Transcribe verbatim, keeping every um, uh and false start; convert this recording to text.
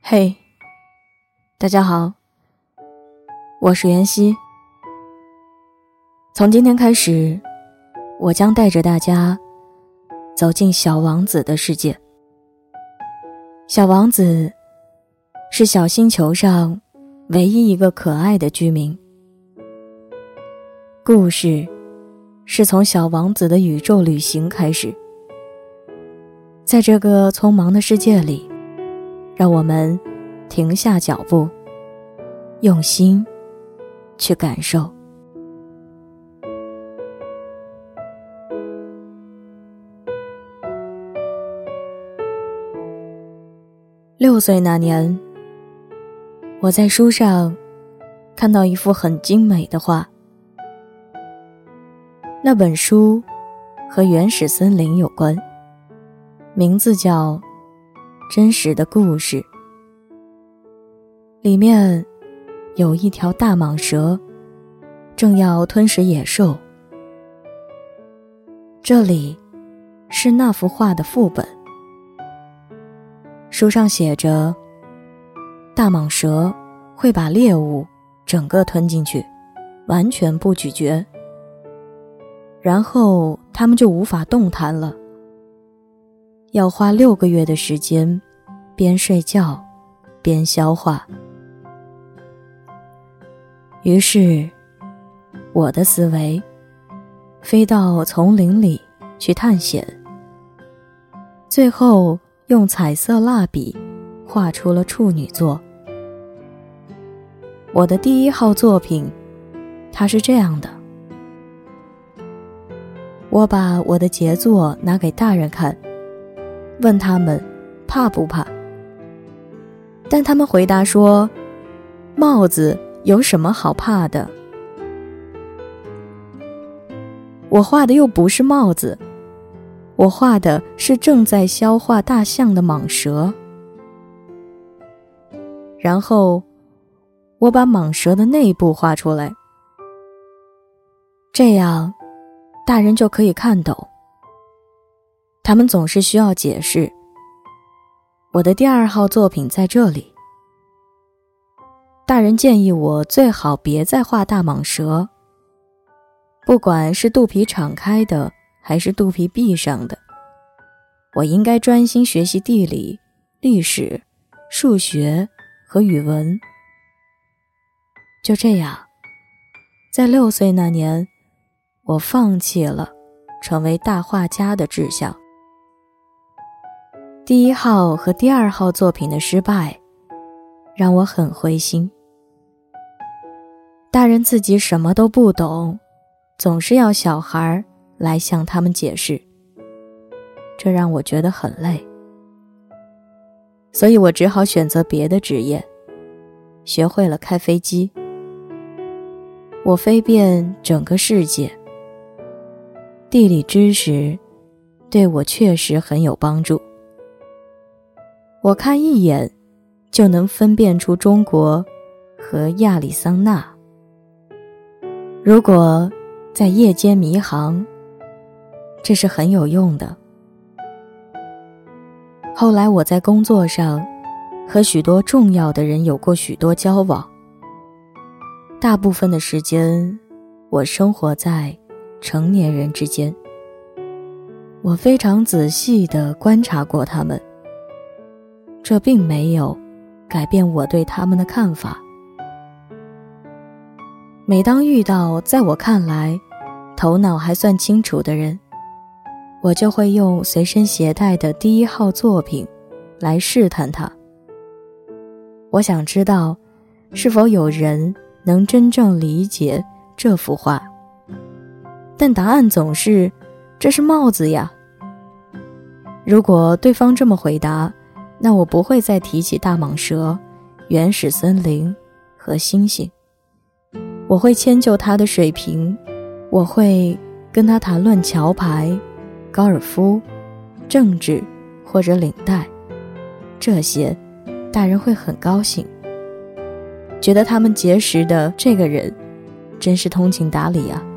嘿，大家好，我是袁熙。从今天开始，我将带着大家走进小王子的世界。小王子是小星球上唯一一个可爱的居民。故事是从小王子的宇宙旅行开始。在这个匆忙的世界里，让我们停下脚步，用心去感受。六岁那年，我在书上看到一幅很精美的画。那本书和原始森林有关，名字叫《真实的故事》。里面有一条大蟒蛇，正要吞食野兽。这里是那幅画的副本。书上写着，大蟒蛇会把猎物整个吞进去，完全不咀嚼，然后它们就无法动弹了，要花六个月的时间，边睡觉边消化。于是我的思维飞到丛林里去探险，最后用彩色蜡笔画出了处女座。我的第一号作品，它是这样的。我把我的杰作拿给大人看，问他们怕不怕，但他们回答说，帽子有什么好怕的？我画的又不是帽子，我画的是正在消化大象的蟒蛇。然后我把蟒蛇的内部画出来，这样大人就可以看懂。他们总是需要解释。我的第二号作品在这里。大人建议我最好别再画大蟒蛇，不管是肚皮敞开的还是肚皮闭上的，我应该专心学习地理、历史、数学和语文。就这样，在六岁那年，我放弃了成为大画家的志向。第一号和第二号作品的失败让我很灰心。大人自己什么都不懂，总是要小孩来向他们解释，这让我觉得很累。所以我只好选择别的职业，学会了开飞机。我飞遍整个世界，地理知识对我确实很有帮助。我看一眼就能分辨出中国和亚利桑那。如果在夜间迷航，这是很有用的。后来我在工作上和许多重要的人有过许多交往，大部分的时间我生活在成年人之间。我非常仔细地观察过他们，这并没有改变我对他们的看法。每当遇到在我看来头脑还算清楚的人，我就会用随身携带的第一号作品来试探他。我想知道是否有人能真正理解这幅画，但答案总是这是帽子呀。如果对方这么回答，那我不会再提起大蟒蛇、原始森林和星星。我会迁就他的水平，我会跟他谈论桥牌、高尔夫、政治或者领带，这些大人会很高兴，觉得他们结识的这个人真是通情达理啊。